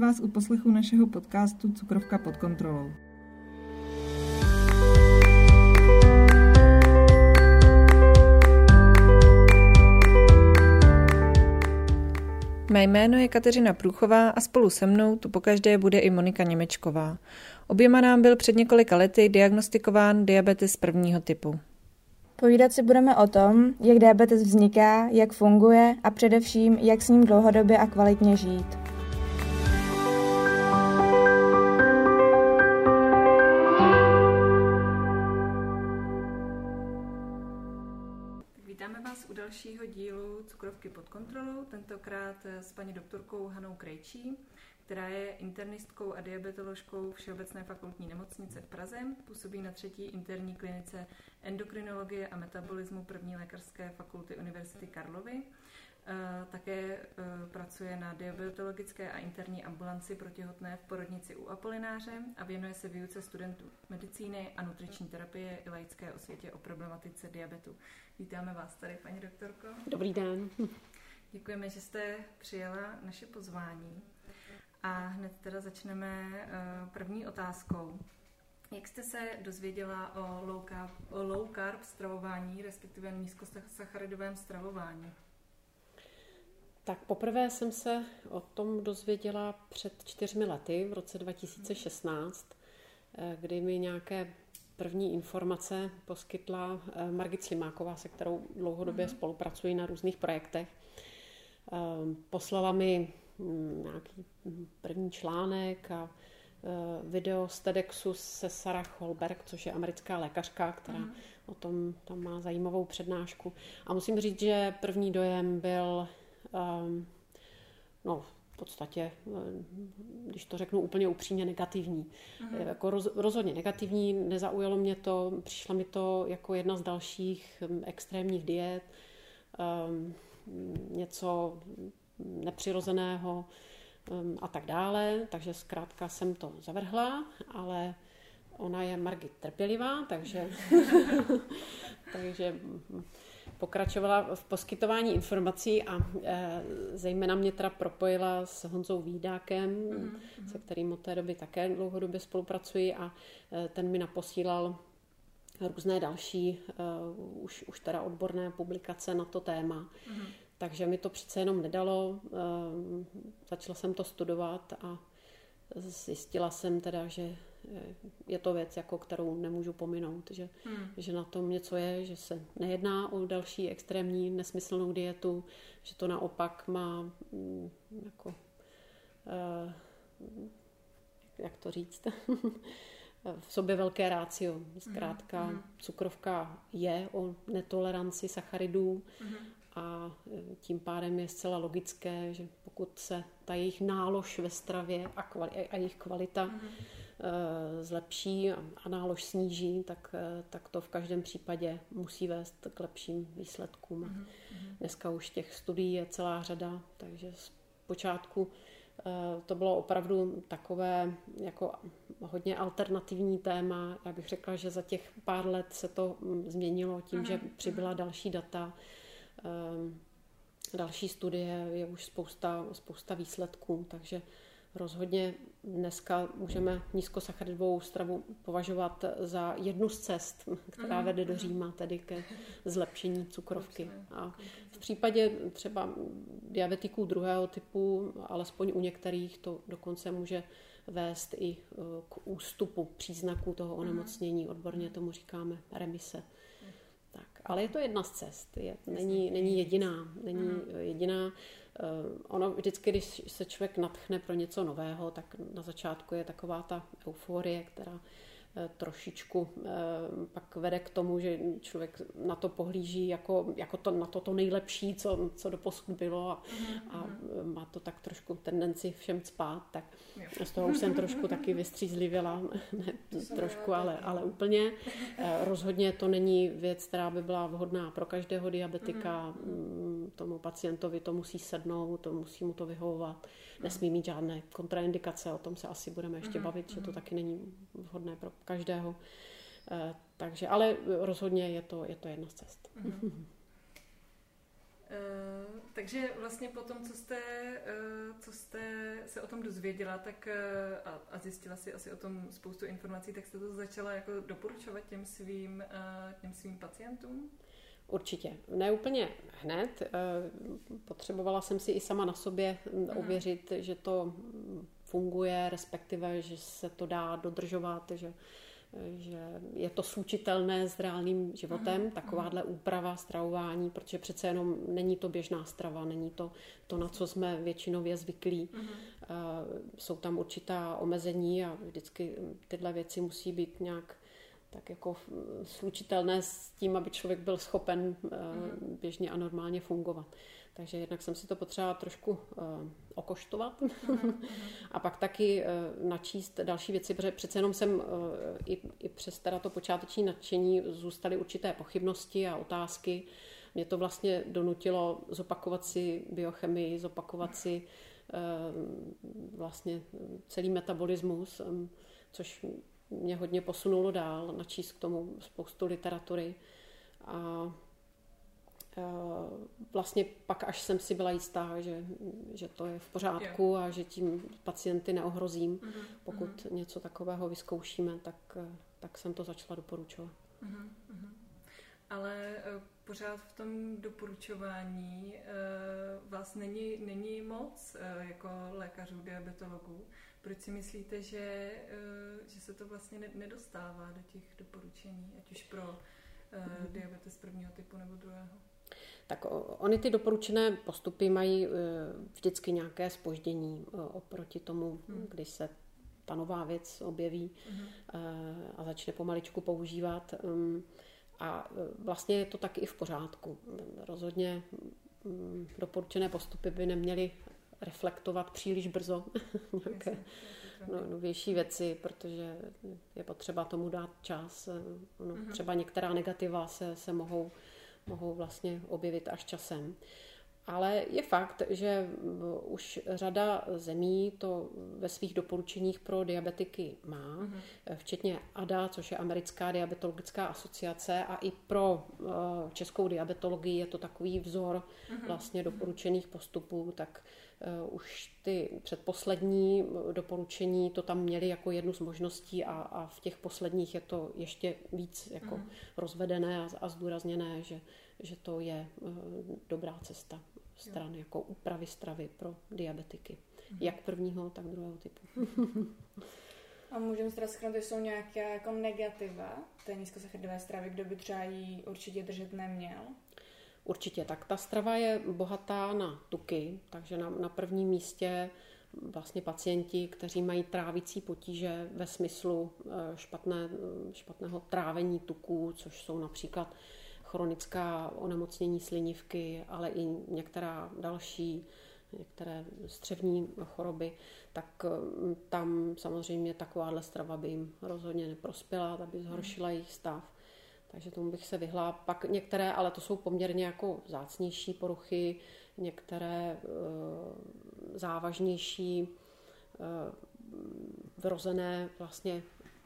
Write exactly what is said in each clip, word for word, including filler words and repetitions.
vás u poslechu našeho podcastu Cukrovka pod kontrolou. Mé jméno je Kateřina Průchová a spolu se mnou tu pokaždé bude i Monika Němečková. Oběma nám byl před několika lety diagnostikován diabetes prvního typu. Povídat si budeme o tom, jak diabetes vzniká, jak funguje a především, jak s ním dlouhodobě a kvalitně žít. Vítáme vás u dalšího dílu Cukrovky pod kontrolou, tentokrát s paní doktorkou Hanou Krejčí, která je internistkou a diabetoložkou Všeobecné fakultní nemocnice v Praze, působí na třetí interní klinice endokrinologie a metabolismu první lékařské fakulty Univerzity Karlovy. Také pracuje na diabetologické a interní ambulanci pro těhotné v porodnici u Apolináře a věnuje se výuce studentů medicíny a nutriční terapie i laické osvětě o problematice diabetu. Vítáme vás tady, paní doktorko. Dobrý den. Děkujeme, že jste přijala naše pozvání. A hned teda začneme první otázkou. Jak jste se dozvěděla o low carb, o low carb stravování, respektive nízkosacharidovém stravování? Tak poprvé jsem se o tom dozvěděla před čtyřmi lety, v roce dva tisíce šestnáct, kdy mi nějaké první informace poskytla Margit Slimáková, se kterou dlouhodobě mm. spolupracuji na různých projektech. Poslala mi nějaký první článek a video z TEDxu se Sarah Holberg, což je americká lékařka, která mm. o tom tam má zajímavou přednášku. A musím říct, že první dojem byl um, no, v podstatě, když to řeknu úplně upřímně, negativní. Mm. Jako roz, rozhodně negativní, nezaujalo mě to, přišla mi to jako jedna z dalších extrémních diet, um, něco nepřirozeného um, a tak dále, takže zkrátka jsem to zavrhla, ale ona je Margit trpělivá, takže, takže pokračovala v poskytování informací a e, zejména mě teda propojila s Honzou Vídákem, mm-hmm. se kterým od té doby také dlouhodobě spolupracuji a e, ten mi naposílal různé další, e, už, už teda odborné publikace na to téma. Mm-hmm. Takže mi to přece jenom nedalo, začala jsem to studovat a zjistila jsem teda, že je to věc, jako kterou nemůžu pominout, že, hmm. že na tom něco je, že se nejedná o další extrémní nesmyslnou dietu, že to naopak má jako, jak to říct, v sobě velké rácio. Zkrátka hmm. cukrovka je o netoleranci sacharidů, hmm. a tím pádem je zcela logické, že pokud se ta jejich nálož ve stravě a, kvali- a jejich kvalita mm. zlepší a nálož sníží, tak, tak to v každém případě musí vést k lepším výsledkům. Mm. Dneska už těch studií je celá řada, takže z počátku to bylo opravdu takové jako hodně alternativní téma. Já bych řekla, že za těch pár let se to změnilo tím, mm. že přibyla další data, další studie, je už spousta, spousta výsledků, takže rozhodně dneska můžeme nízkosacharidovou stravu považovat za jednu z cest, která vede do Říma, tedy ke zlepšení cukrovky. A v případě třeba diabetiků druhého typu, alespoň u některých, to dokonce může vést i k ústupu příznaků toho onemocnění, odborně tomu říkáme remise. Tak, ale je to jedna z cest, je, není, není jediná, není jediná. Ono vždycky, když se člověk nadchne pro něco nového, tak na začátku je taková ta euforie, která trošičku pak vede k tomu, že člověk na to pohlíží jako, jako to, na to, to nejlepší, co, co doposud bylo a, a má to tak trošku tendenci všem cpát, tak z toho už jsem trošku taky vystřízlivěla, ne trošku, ale, ale úplně. Rozhodně to není věc, která by byla vhodná pro každého diabetika, tomu pacientovi to musí sednout, to musí mu to vyhovovat, nesmí mít žádné kontraindikace, o tom se asi budeme ještě bavit, že to taky není vhodné pro každého. Takže, ale rozhodně je to, je to jedna z cest. Uh-huh. Uh, Takže vlastně po tom, co jste, co jste se o tom dozvěděla, tak a, a zjistila si asi o tom spoustu informací, tak jste to začala jako doporučovat těm svým, těm svým pacientům? Určitě. Ne úplně hned. Potřebovala jsem si i sama na sobě ověřit, uh-huh. že to funguje, respektive, že se to dá dodržovat, že, že je to slučitelné s reálným životem, uh-huh. takováhle úprava stravování, protože přece jenom není to běžná strava, není to to, na co jsme většinově zvyklí. Uh-huh. Jsou tam určitá omezení a vždycky tyhle věci musí být nějak tak jako slučitelné s tím, aby člověk byl schopen uh, běžně a normálně fungovat. Takže jednak jsem si to potřebovala trošku uh, okoštovat uh-huh. a pak taky uh, načíst další věci, protože přece jenom jsem uh, i, i přes teda to počáteční nadšení zůstaly určité pochybnosti a otázky. Mě to vlastně donutilo zopakovat si biochemii, zopakovat si uh, vlastně celý metabolismus, um, což mě hodně posunulo dál, načíst k tomu spoustu literatury a vlastně pak až jsem si byla jistá, že, že to je v pořádku jo. a že tím pacienty neohrozím. Uh-huh. Pokud uh-huh. něco takového vyzkoušíme, tak, tak jsem to začala doporučovat. Uh-huh. Uh-huh. Ale uh, pořád v tom doporučování uh, vás není, není moc uh, jako lékařů, diabetologů. Proč si myslíte, že, uh, že se to vlastně nedostává do těch doporučení, ať už pro uh, diabetes prvního typu nebo druhého? Tak oni ty doporučené postupy mají vždycky nějaké zpoždění oproti tomu, hmm. když se ta nová věc objeví hmm. a začne pomaličku používat. A vlastně je to tak i v pořádku. Rozhodně doporučené postupy by neměly reflektovat příliš brzo nějaké no, novější věci, protože je potřeba tomu dát čas. No, hmm. Třeba některá negativa se, se mohou mohou vlastně objevit až časem. Ale je fakt, že už řada zemí to ve svých doporučeních pro diabetiky má, mm-hmm. včetně A D A, což je Americká diabetologická asociace, a i pro českou diabetologii je to takový vzor mm-hmm. vlastně doporučených postupů, tak už ty předposlední doporučení to tam měli jako jednu z možností a, a v těch posledních je to ještě víc jako mm. rozvedené a, a zdůrazněné, že, že to je uh, dobrá cesta stran jo. jako úpravy stravy pro diabetiky. Mm. Jak prvního, tak druhého typu. A můžeme teda shrnout, že jsou nějaké jako negativa té nízkosacharidové stravy, kdo by třeba jí určitě držet neměl? Určitě, tak ta strava je bohatá na tuky, takže na, na prvním místě vlastně pacienti, kteří mají trávicí potíže ve smyslu špatné, špatného trávení tuků, což jsou například chronická onemocnění slinivky, ale i některá další, některé střevní choroby, tak tam samozřejmě takováhle strava by jim rozhodně neprospěla, aby zhoršila jejich stav. Takže tomu bych se vyhla. Pak některé, ale to jsou poměrně jako vzácnější poruchy, některé e, závažnější e, vrozené vlastně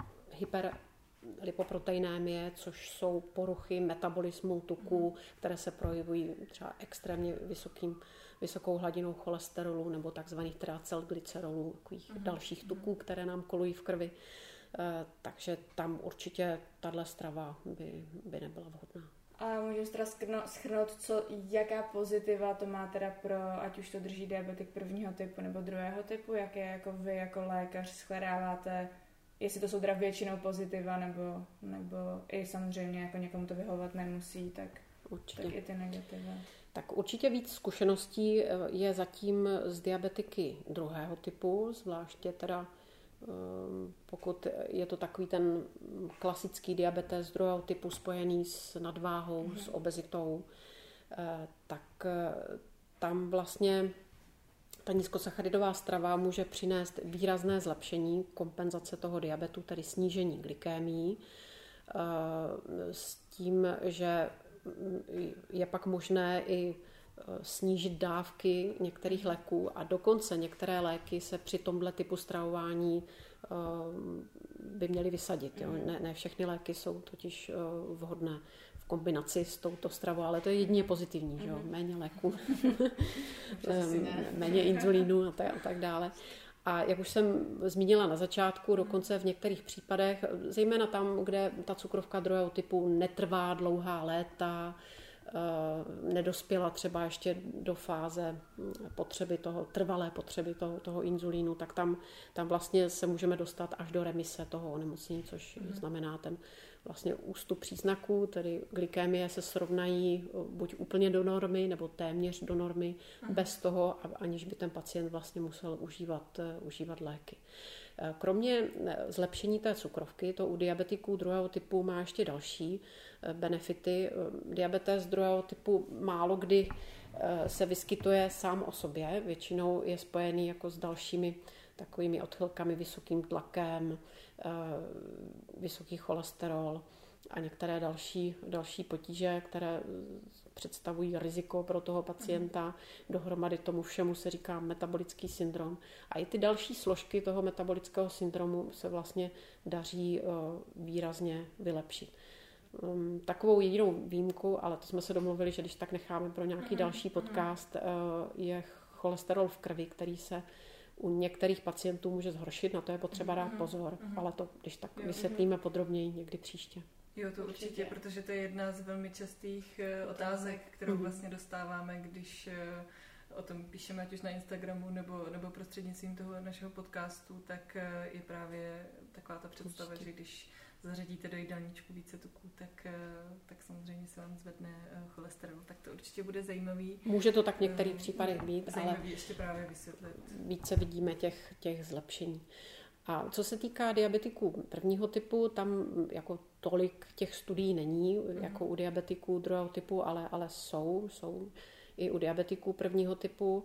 hyperlipoproteinémie, což jsou poruchy metabolismu tuků, které se projevují třeba extrémně vysokým, vysokou hladinou cholesterolu nebo takzvaných triacylglycerolů, takových uh-huh. dalších tuků, které nám kolují v krvi. Takže tam určitě tahle strava by, by nebyla vhodná. A můžeme teda shrnout, co, jaká pozitiva to má teda pro, ať už to drží diabetik prvního typu nebo druhého typu, jaké jako vy jako lékař shledáváte, jestli to jsou teda většinou pozitiva, nebo, nebo i samozřejmě jako někomu to vyhovovat nemusí, tak, tak i ty negativa. Tak určitě víc zkušeností je zatím z diabetiky druhého typu, zvláště teda pokud je to takový ten klasický diabetes druhého typu spojený s nadváhou, mm. s obezitou, tak tam vlastně ta nízkosacharidová strava může přinést výrazné zlepšení kompenzace toho diabetu, tedy snížení glykémií, s tím, že je pak možné i snížit dávky některých léků a dokonce některé léky se při tomhle typu stravování by měly vysadit. Jo? Ne, ne všechny léky jsou totiž vhodné v kombinaci s touto stravou, ale to je jedině pozitivní, že jo? Méně léku, méně inzulínu a tak, a tak dále. A jak už jsem zmínila na začátku, dokonce v některých případech, zejména tam, kde ta cukrovka druhého typu netrvá dlouhá léta, nedospěla třeba ještě do fáze potřeby toho, trvalé potřeby toho, toho inzulínu, tak tam, tam vlastně se můžeme dostat až do remise toho onemocnění, což mm. znamená ten vlastně ústup příznaků, tedy glykémie se srovnají buď úplně do normy, nebo téměř do normy, mm. bez toho, aniž by ten pacient vlastně musel užívat, užívat léky. Kromě zlepšení té cukrovky, to u diabetiků druhého typu má ještě další benefity. Diabetes druhého typu málo kdy se vyskytuje sám o sobě, většinou je spojený jako s dalšími takovými odchylkami, vysokým tlakem, vysoký cholesterol a některé další, další potíže, které představují riziko pro toho pacienta. Dohromady tomu všemu se říká metabolický syndrom. A i ty další složky toho metabolického syndromu se vlastně daří výrazně vylepšit. Takovou jedinou výjimku, ale to jsme se domluvili, že když tak necháme pro nějaký další podcast, je cholesterol v krvi, který se u některých pacientů může zhoršit, na to je potřeba dát pozor, ale to když tak vysvětlíme podrobněji někdy příště. Jo, to určitě, určitě, protože to je jedna z velmi častých otázek, kterou vlastně dostáváme, když o tom píšeme, ať už na Instagramu nebo, nebo prostřednictvím toho našeho podcastu, tak je právě taková ta představa, určitě. Že když zařadíte do jídelníčku více tuků, tak, tak samozřejmě se vám zvedne cholesterol. Tak to určitě bude zajímavý. Může to tak v některých případech být, zajímavý ale ještě právě vysvětlit. Více vidíme těch, těch zlepšení. A co se týká diabetiků prvního typu, tam jako tolik těch studií není, mm. jako u diabetiků druhého typu, ale, ale jsou, jsou i u diabetiků prvního typu.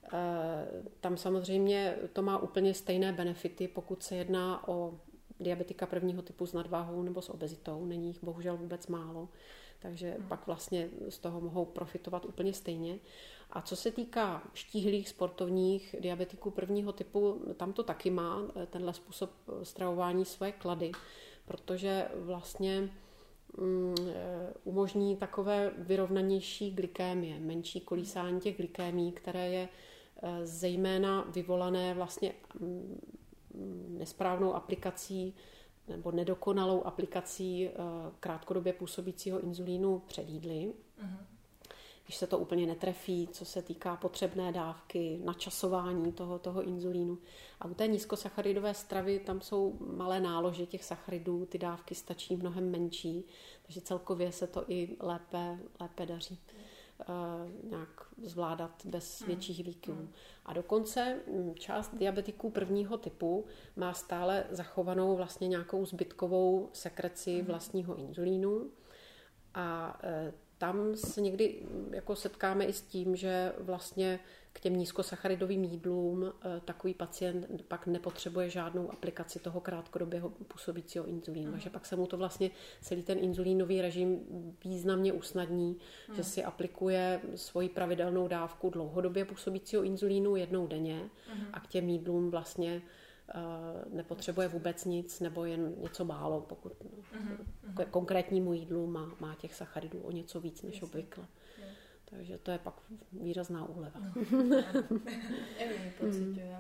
Tam samozřejmě to má úplně stejné benefity, pokud se jedná o diabetika prvního typu s nadváhou nebo s obezitou. Není jich bohužel vůbec málo, takže hmm. pak vlastně z toho mohou profitovat úplně stejně. A co se týká štíhlých sportovních diabetiků prvního typu, tam to taky má tenhle způsob stravování své klady, protože vlastně um, umožní takové vyrovnanější glykémie, menší kolísání těch glykémií, které je zejména vyvolané vlastně um, nesprávnou aplikací nebo nedokonalou aplikací krátkodobě působícího inzulínu před jídly. Uh-huh. Když se to úplně netrefí, co se týká potřebné dávky, načasování toho, toho inzulínu. A u té nízkosacharidové stravy tam jsou malé nálože těch sacharidů, ty dávky stačí mnohem menší, takže celkově se to i lépe, lépe daří uh, nějak zvládat bez mm. větších výkyvů. Mm. A dokonce část diabetiků prvního typu má stále zachovanou vlastně nějakou zbytkovou sekreci mm. vlastního inzulínu a uh, tam se někdy jako setkáme i s tím, že vlastně k těm nízkosacharidovým jídlům takový pacient pak nepotřebuje žádnou aplikaci toho krátkodobého působícího inzulínu. Mm. Že pak se mu to vlastně celý ten inzulínový režim významně usnadní, mm. že si aplikuje svoji pravidelnou dávku dlouhodobě působícího inzulínu jednou denně mm. a k těm jídlům vlastně nepotřebuje vůbec nic nebo jen něco málo, pokud mm-hmm. k konkrétnímu jídlu má, má těch sacharidů o něco víc než Jasně. obvykle. Yeah. Takže to je pak výrazná úleva. No. Evi, pocitujeme.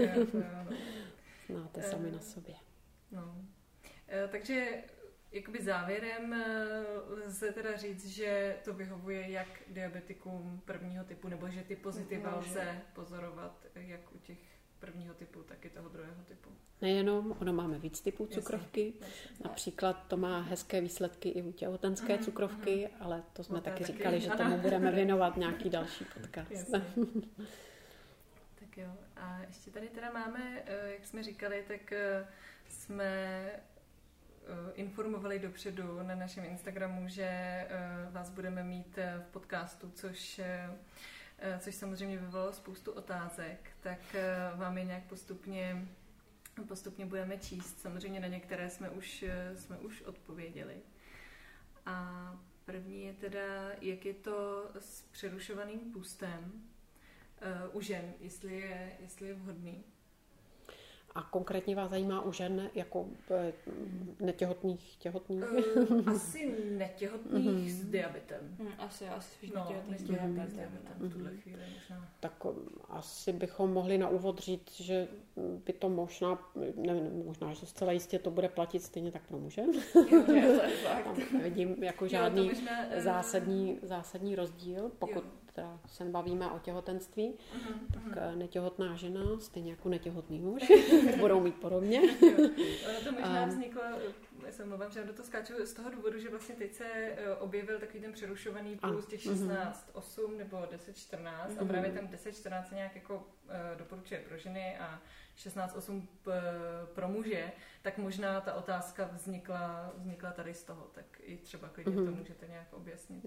Znáte sami na sobě. No. Takže jakoby závěrem lze teda říct, že to vyhovuje jak diabetikům prvního typu, nebo že ty pozitiva lze pozorovat jak u těch prvního typu, tak i toho druhého typu. Nejenom, ono máme víc typů cukrovky, jasně, jasně. Například to má hezké výsledky i u těhotenské mm, cukrovky, mm. ale to jsme no, taky, taky říkali, že tomu budeme věnovat nějaký další podcast. Tak jo, a ještě tady teda máme, jak jsme říkali, tak jsme informovali dopředu na našem Instagramu, že vás budeme mít v podcastu, což což samozřejmě vyvolalo spoustu otázek, tak vám je nějak postupně, postupně budeme číst. Samozřejmě na některé jsme už, jsme už odpověděli. A první je teda, jak je to s přerušovaným půstem u žen, jestli je, jestli je vhodný. A konkrétně vás zajímá u žen jako netěhotných, těhotných? Uh, asi netěhotných s diabetem. Hmm, asi, asi spíš no, netěhotných s diabetem. diabetem. V tuhle chvíli možná. Tak asi bychom mohli na úvod říct, že by to možná, nevím, možná, že zcela jistě to bude platit stejně tak pro muže. Jo, to je fakt. Tam nevidím jako žádný jo, možná, zásadní, zásadní rozdíl, pokud teda se bavíme o těhotenství, uh-huh, tak uh-huh. netěhotná žena, stejně jako netěhotný muž, budou mít podobně. Ono to možná vzniklo, já se mluvám, že do toho skáču z toho důvodu, že vlastně teď se objevil takový ten přerušovaný puls těch šestnáct osm nebo deset čtrnáct uh-huh. a právě ten deset čtrnáct se nějak jako uh, doporučuje pro ženy a šestnáct osm p- pro muže, tak možná ta otázka vznikla, vznikla tady z toho, tak i třeba klidně uh-huh. to můžete nějak objasnit.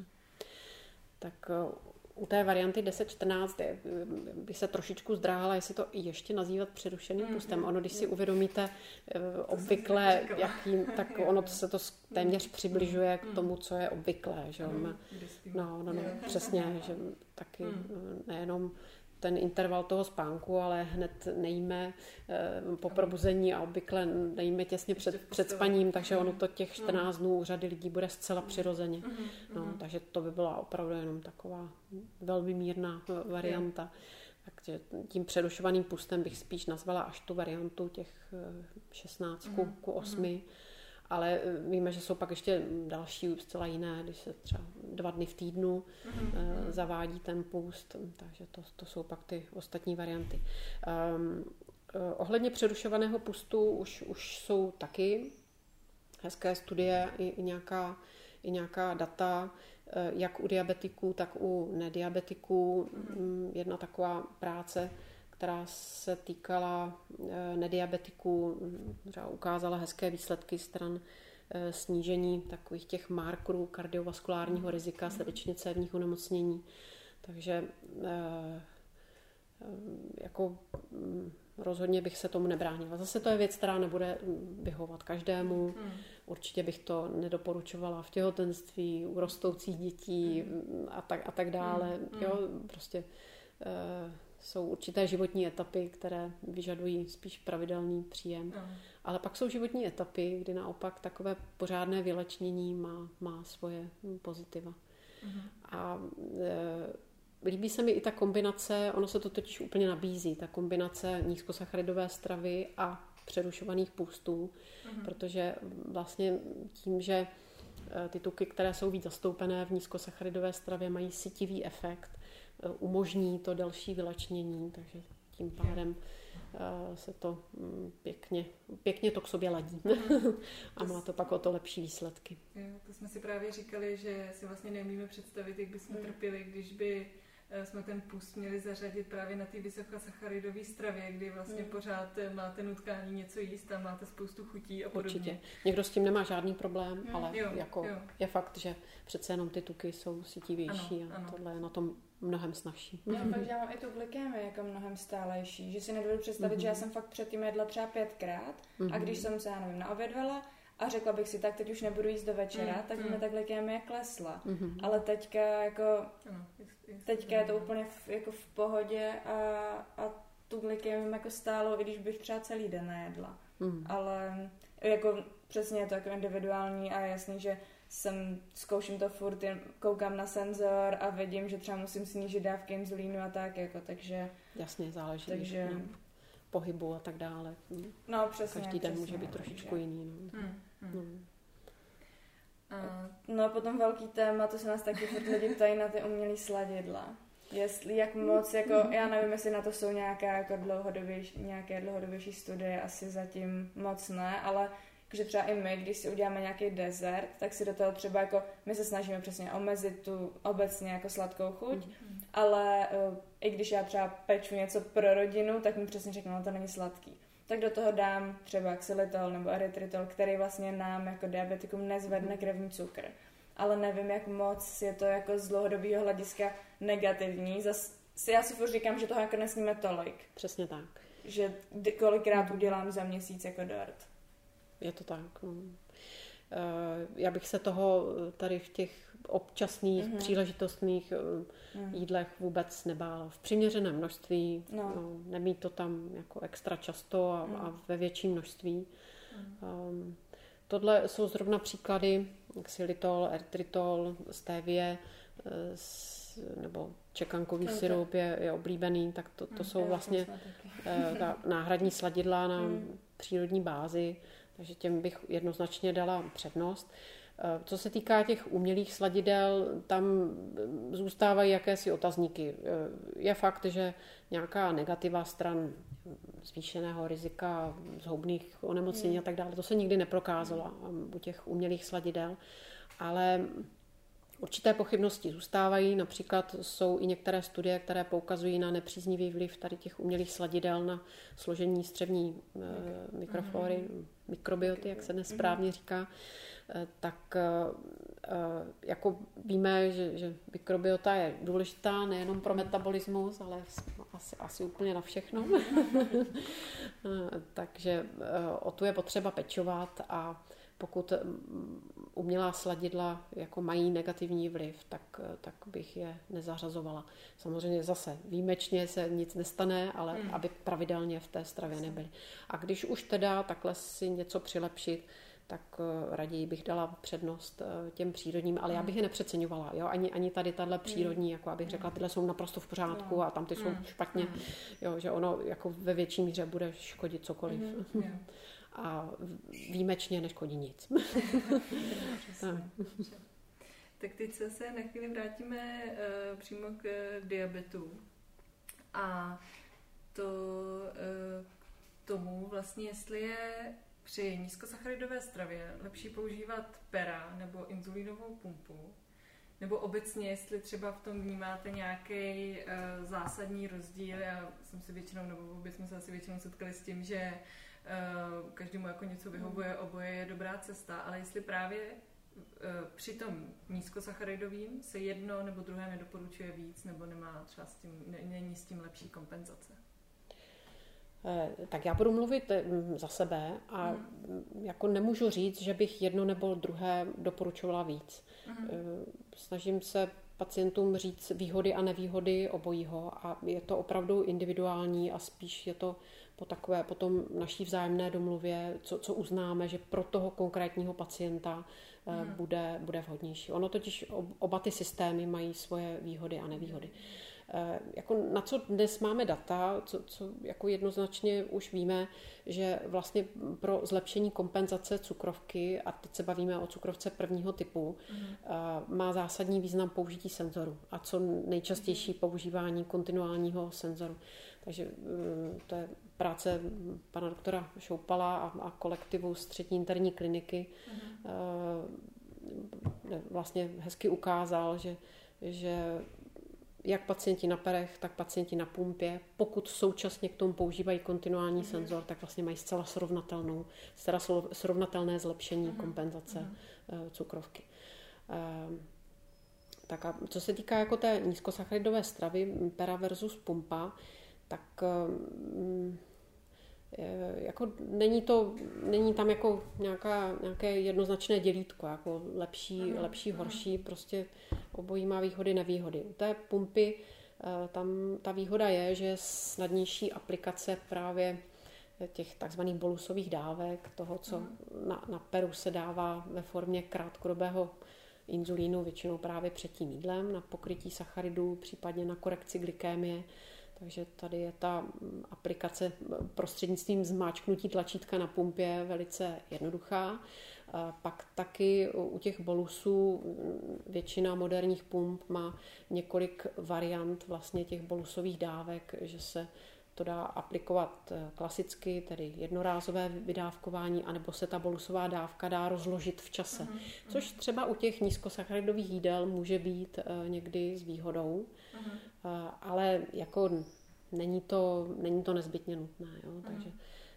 Tak u té varianty deset čtrnáct bych se trošičku zdráhala, jestli to ještě nazývat přerušeným mm, pustem. Ono, když si uvědomíte obvykle, jakým, tak ono se to téměř přibližuje k tomu, co je obvyklé. Že? No, no, no, přesně, že taky nejenom ten interval toho spánku, ale hned nejíme po probuzení a obvykle nejíme těsně před, před spaním, takže ono to těch čtrnáct dnů u řady lidí bude zcela přirozeně. No, takže to by byla opravdu jenom taková velmi mírná varianta. Takže tím přerušovaným pustem bych spíš nazvala až tu variantu těch šestnáct ku osmi. Ale víme, že jsou pak ještě další zcela jiné, když se třeba dva dny v týdnu mm-hmm. uh, zavádí ten půst, takže to, to jsou pak ty ostatní varianty. Um, uh, ohledně přerušovaného pustu už, už jsou taky hezké studie i, i, nějaká, i nějaká data, uh, jak u diabetiků, tak u nediabetiků. Mm-hmm. Jedna taková práce, která se týkala nediabetiků, ukázala hezké výsledky stran snížení takových těch markerů kardiovaskulárního rizika, srdečně cévních onemocnění. Takže jako rozhodně bych se tomu nebránila. Zase to je věc, která nebude vyhovovat každému. Určitě bych to nedoporučovala v těhotenství, u rostoucích dětí a tak, a tak dále. Jo, prostě jsou určité životní etapy, které vyžadují spíš pravidelný příjem. No. Ale pak jsou životní etapy, kdy naopak takové pořádné vylečnění má, má svoje pozitiva. Uh-huh. A e, líbí se mi i ta kombinace, ono se to totiž úplně nabízí, ta kombinace nízkosacharidové stravy a přerušovaných půstů, uh-huh. protože vlastně tím, že ty tuky, které jsou víc zastoupené v nízkosacharidové stravě, mají sytivý efekt, umožní to delší vylečnění, takže tím pádem se to pěkně, pěkně to k sobě ladí. Mm. A má to pak o to lepší výsledky. Jo, to jsme si právě říkali, že si vlastně neumíme představit, jak bychom mm. trpěli, když by jsme ten půst měli zařadit právě na ty vysokosacharidové stravě, kdy vlastně mm. pořád máte nutkání něco jíst a máte spoustu chutí a podobně. Určitě. Někdo s tím nemá žádný problém, mm. ale jo, jako jo. je fakt, že přece jenom ty tuky jsou sytivější ano, a ano. tohle je na tom mnohem snazší. No, takže já mám i tu glykémii jako mnohem stálejší, že si nedovedu představit, mm-hmm. že já jsem fakt předtím jedla třeba pětkrát mm-hmm. a když jsem se, já nevím, naobědvala a řekla bych si, tak teď už nebudu jíst do večera, mm-hmm. tak mi ta glykémie klesla. Mm-hmm. Ale teďka jako, ano, jest, jest, teďka je to úplně v, jako v pohodě a, a tu glykémii jako stálo, i když bych třeba celý den nejedla. Mm-hmm. Ale jako přesně je to jako individuální a jasný, že jsem, zkouším to furt, jen koukám na senzor a vidím, že třeba musím snížit dávky inzulínu a tak, jako, takže... Jasně, záleží takže... na pohybu a tak dále. No, přesně. Každý den přesně, může být trošičku takže... jiný. No. Hmm, hmm. No. no a potom velký téma, to se nás taky furt lidi ptají na ty umělý sladidla. Jestli, jak moc, jako, já nevím, jestli na to jsou nějaké, jako dlouhodobější, nějaké dlouhodobější studie, asi zatím moc ne, ale že třeba i my, když si uděláme nějaký dezert, tak si do toho třeba jako, my se snažíme přesně omezit tu obecně jako sladkou chuť, mm. ale uh, i když já třeba peču něco pro rodinu, tak mi přesně řeknou, no to není sladký. Tak do toho dám třeba xylitol nebo erythritol, který vlastně nám jako diabetikům nezvedne krevní cukr. Ale nevím, jak moc je to jako z dlouhodobého hlediska negativní. Zas, já si furt říkám, že toho jako nesníme tolik. Přesně tak. Že kolikrát udělám za měsíc jako dort. Je to tak. No. Já bych se toho tady v těch občasných, mm-hmm. příležitostných mm. jídlech vůbec nebála. V přiměřeném množství, no. No, nemít to tam jako extra často a, mm. a ve větším množství. Mm. Um, tohle jsou zrovna příklady, xylitol, erytritol, stevie, nebo čekankový okay. syrup je, je oblíbený, tak to, to mm, jsou vlastně ta náhradní sladidla na mm. přírodní bázi, takže těm bych jednoznačně dala přednost. Co se týká těch umělých sladidel, tam zůstávají jakési otazníky. Je fakt, že nějaká negativa stran zvýšeného rizika zhoubných onemocnění mm. a tak dále, to se nikdy neprokázalo u těch umělých sladidel, ale určité pochybnosti zůstávají, například jsou i některé studie, které poukazují na nepříznivý vliv tady těch umělých sladidel na složení střevní e, mikroflory, mm. mikrobioty, jak se dnes správně říká. E, tak e, jako víme, že, že mikrobiota je důležitá nejenom pro metabolismus, ale asi, asi úplně na všechno. Takže e, o tu je potřeba pečovat a pokud umělá sladidla jako mají negativní vliv, tak, tak bych je nezařazovala. Samozřejmě zase výjimečně se nic nestane, ale mm. aby pravidelně v té stravě nebyly. A když už teda takhle si něco přilepšit, tak raději bych dala přednost těm přírodním, ale já bych je nepřeceňovala. Jo? Ani, ani tady tahle přírodní, jako abych řekla, tyhle jsou naprosto v pořádku a tam ty jsou špatně. Jo? Že ono jako ve větší míře bude škodit cokoliv. Mm. A výjimečně neškodí nic. tak. tak teď se na chvíli vrátíme uh, přímo k uh, diabetu. A to uh, tomu vlastně, jestli je při nízkosacharidové stravě lepší používat pera nebo inzulínovou pumpu, nebo obecně, jestli třeba v tom vnímáte nějaký uh, zásadní rozdíl. Já jsem si většinou, nebo vůbec jsme se asi většinou setkali s tím, že Uh, každému jako něco vyhovuje, oboje je dobrá cesta, ale jestli právě uh, při tom nízkosacharidovým se jedno nebo druhé nedoporučuje víc, nebo nemá třeba s tím, ne, není s tím lepší kompenzace. Tak já budu mluvit za sebe a mm. jako nemůžu říct, že bych jedno nebo druhé doporučovala víc. Mm. Snažím se pacientům říct výhody a nevýhody obojího a je to opravdu individuální a spíš je to po takové, potom naší vzájemné domluvě, co, co uznáme, že pro toho konkrétního pacienta mm. bude, bude vhodnější. Ono totiž oba ty systémy mají svoje výhody a nevýhody. Jako na co dnes máme data, co, co jako jednoznačně už víme, že vlastně pro zlepšení kompenzace cukrovky, a teď se bavíme o cukrovce prvního typu, mm. má zásadní význam použití senzoru a co nejčastější používání kontinuálního senzoru. Takže to je práce pana doktora Šoupala a, a kolektivu střední interní kliniky. Mm. Vlastně hezky ukázal, že, že jak pacienti na perech, tak pacienti na pumpě, pokud současně k tomu používají kontinuální mm. senzor, tak vlastně mají zcela srovnatelnou, zcela srovnatelné zlepšení mm. kompenzace mm. cukrovky. Tak a co se týká jako té nízkosacharidové stravy, pera versus pumpa, tak jako není to, není tam jako nějaká, nějaké jednoznačné dělítko, jako lepší, mm. lepší, horší, prostě obojí má výhody, nevýhody. U té pumpy tam ta výhoda je, že je snadnější aplikace právě těch takzvaných bolusových dávek, toho, co mm. na, na peru se dává ve formě krátkodobého inzulínu, většinou právě před tím jídlem, na pokrytí sacharidů, případně na korekci glykémie. Takže tady je ta aplikace prostřednictvím zmáčknutí tlačítka na pumpě velice jednoduchá. Pak taky u těch bolusů většina moderních pump má několik variant vlastně těch bolusových dávek, že se to dá aplikovat klasicky, tedy jednorázové vydávkování, anebo se ta bolusová dávka dá rozložit v čase. Uh-huh. Což třeba u těch nízkosacharidových jídel může být někdy s výhodou, uh-huh. ale jako není to, není to nezbytně nutné. Jo? Uh-huh. Takže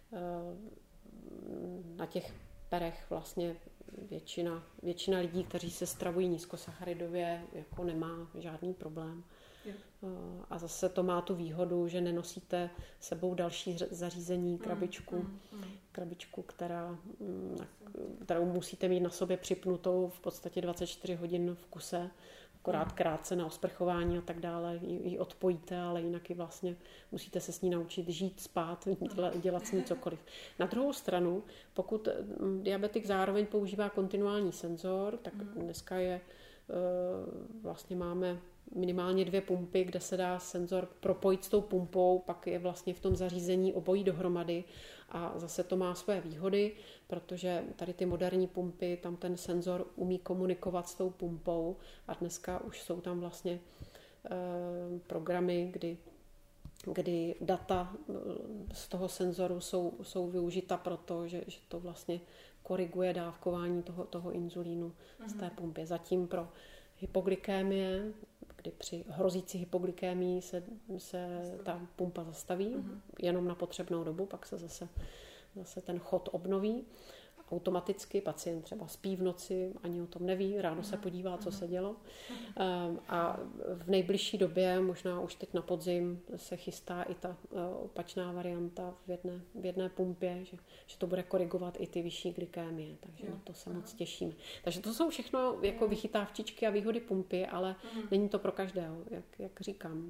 na těch perech vlastně většina, většina lidí, kteří se stravují nízkosacharidově, jako nemá žádný problém. A zase to má tu výhodu, že nenosíte sebou další zařízení, krabičku, krabičku, která, kterou musíte mít na sobě připnutou v podstatě dvacet čtyři hodin v kuse, akorát krátce na osprchování a tak dále, ji odpojíte, ale jinak ji vlastně musíte se s ní naučit žít, spát, dělat s ní cokoliv. Na druhou stranu, pokud diabetik zároveň používá kontinuální senzor, tak dneska je vlastně máme minimálně dvě pumpy, kde se dá senzor propojit s tou pumpou, pak je vlastně v tom zařízení obojí dohromady a zase to má své výhody, protože tady ty moderní pumpy, tam ten senzor umí komunikovat s tou pumpou a dneska už jsou tam vlastně eh, programy, kdy, kdy data z toho senzoru jsou, jsou využita proto, že, že to vlastně koriguje dávkování toho, toho inzulínu z té pumpy. Zatím pro hypoglykémie, kdy při hrozící hypoglykémii se, se ta pumpa zastaví, uh-huh. jenom na potřebnou dobu, pak se zase, zase ten chod obnoví. Automaticky pacient třeba spí v noci, ani o tom neví, ráno se podívá, co se dělo. A v nejbližší době, možná už teď na podzim, se chystá i ta opačná varianta v jedné, v jedné pumpě, že, že to bude korigovat i ty vyšší glykémie, takže na to se moc těšíme. Takže to jsou všechno jako vychytávčičky a výhody pumpy, ale není to pro každého, jak, jak říkám.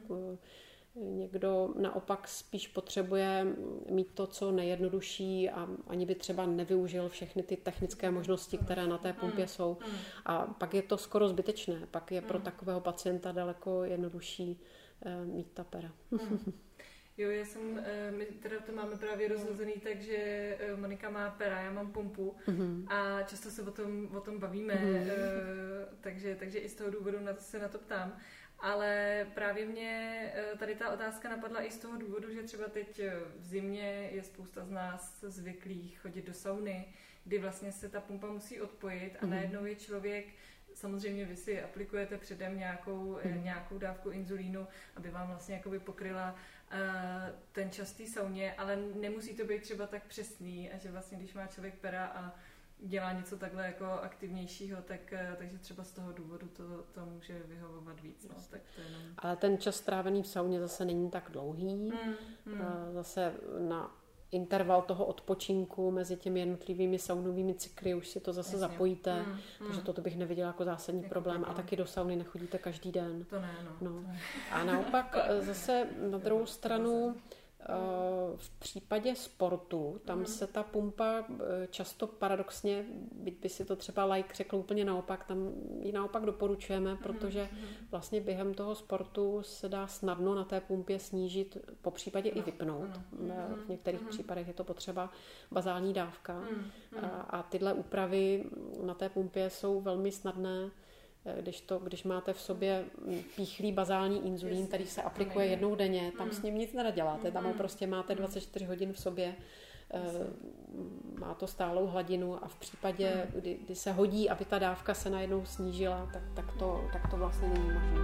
Někdo naopak spíš potřebuje mít to, co nejjednodušší a ani by třeba nevyužil všechny ty technické možnosti, které na té pumpě jsou. A pak je to skoro zbytečné. Pak je pro takového pacienta daleko jednodušší mít ta pera. Jo, já jsem, my teda to máme právě rozhozený tak, že Monika má pera, já mám pumpu a často se o tom, o tom bavíme, takže, takže i z toho důvodu na to, se na to ptám. Ale právě mě tady ta otázka napadla i z toho důvodu, že třeba teď v zimě je spousta z nás zvyklých chodit do sauny, kdy vlastně se ta pumpa musí odpojit a najednou je člověk, samozřejmě vy si aplikujete předem nějakou, mm. nějakou dávku inzulínu, aby vám vlastně jakoby pokryla uh, ten čas té sauně, ale nemusí to být třeba tak přesný a že vlastně když má člověk pera a dělá něco takhle jako aktivnějšího, tak, takže třeba z toho důvodu to, to může vyhovovat víc. No, tak to jenom... Ale ten čas strávený v sauně zase není tak dlouhý. Mm, mm. Zase na interval toho odpočinku mezi těmi jednotlivými saunovými cykly už si to zase Jasně. zapojíte, mm, takže mm. toto bych neviděla jako zásadní jako problém. problém. A taky do sauny nechodíte každý den. To ne, no. no. To ne. A naopak zase na druhou stranu v případě sportu, tam mm. se ta pumpa často paradoxně, byť by si to třeba like řekl úplně naopak, tam ji naopak doporučujeme, protože vlastně během toho sportu se dá snadno na té pumpě snížit, po případě i vypnout. V některých případech je to potřeba bazální dávka. A, a tyhle úpravy na té pumpě jsou velmi snadné, Když, to, když máte v sobě píchlý bazální inzulín, který se aplikuje jednou denně, tam s ním nic neděláte, tam ho prostě máte dvacet čtyři hodin v sobě, má to stálou hladinu a v případě, kdy, kdy se hodí, aby ta dávka se najednou snížila, tak, tak, to, tak to vlastně není možné.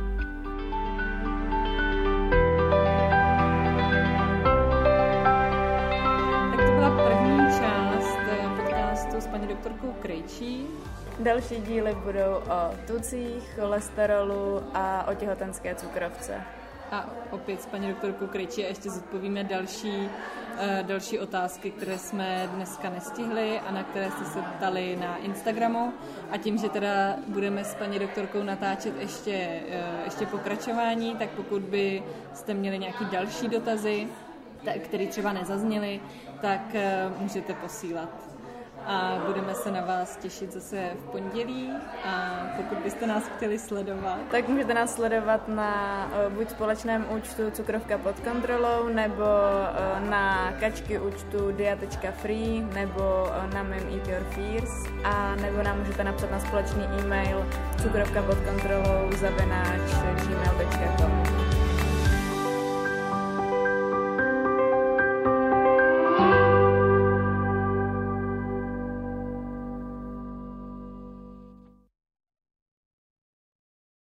Tak to byla první část podcastu s paní doktorkou Krejčí. Další díly budou o tucích, cholesterolu a o těhotenské cukrovce. A opět s paní doktorkou Krejčí a ještě zodpovíme další, uh, další otázky, které jsme dneska nestihli a na které jste se ptali na Instagramu. A tím, že teda budeme s paní doktorkou natáčet ještě, uh, ještě pokračování, tak pokud byste měli nějaké další dotazy, které třeba nezazněly, tak uh, můžete posílat. A budeme se na vás těšit zase v pondělí a pokud byste nás chtěli sledovat, tak můžete nás sledovat na buď společném účtu Cukrovka pod kontrolou, nebo na kačky účtu dia tečka free, nebo na mém Eat Your Fears, a nebo nám můžete napsat na společný e-mail cukrovka pod kontrolou zavináč gmail tečka com.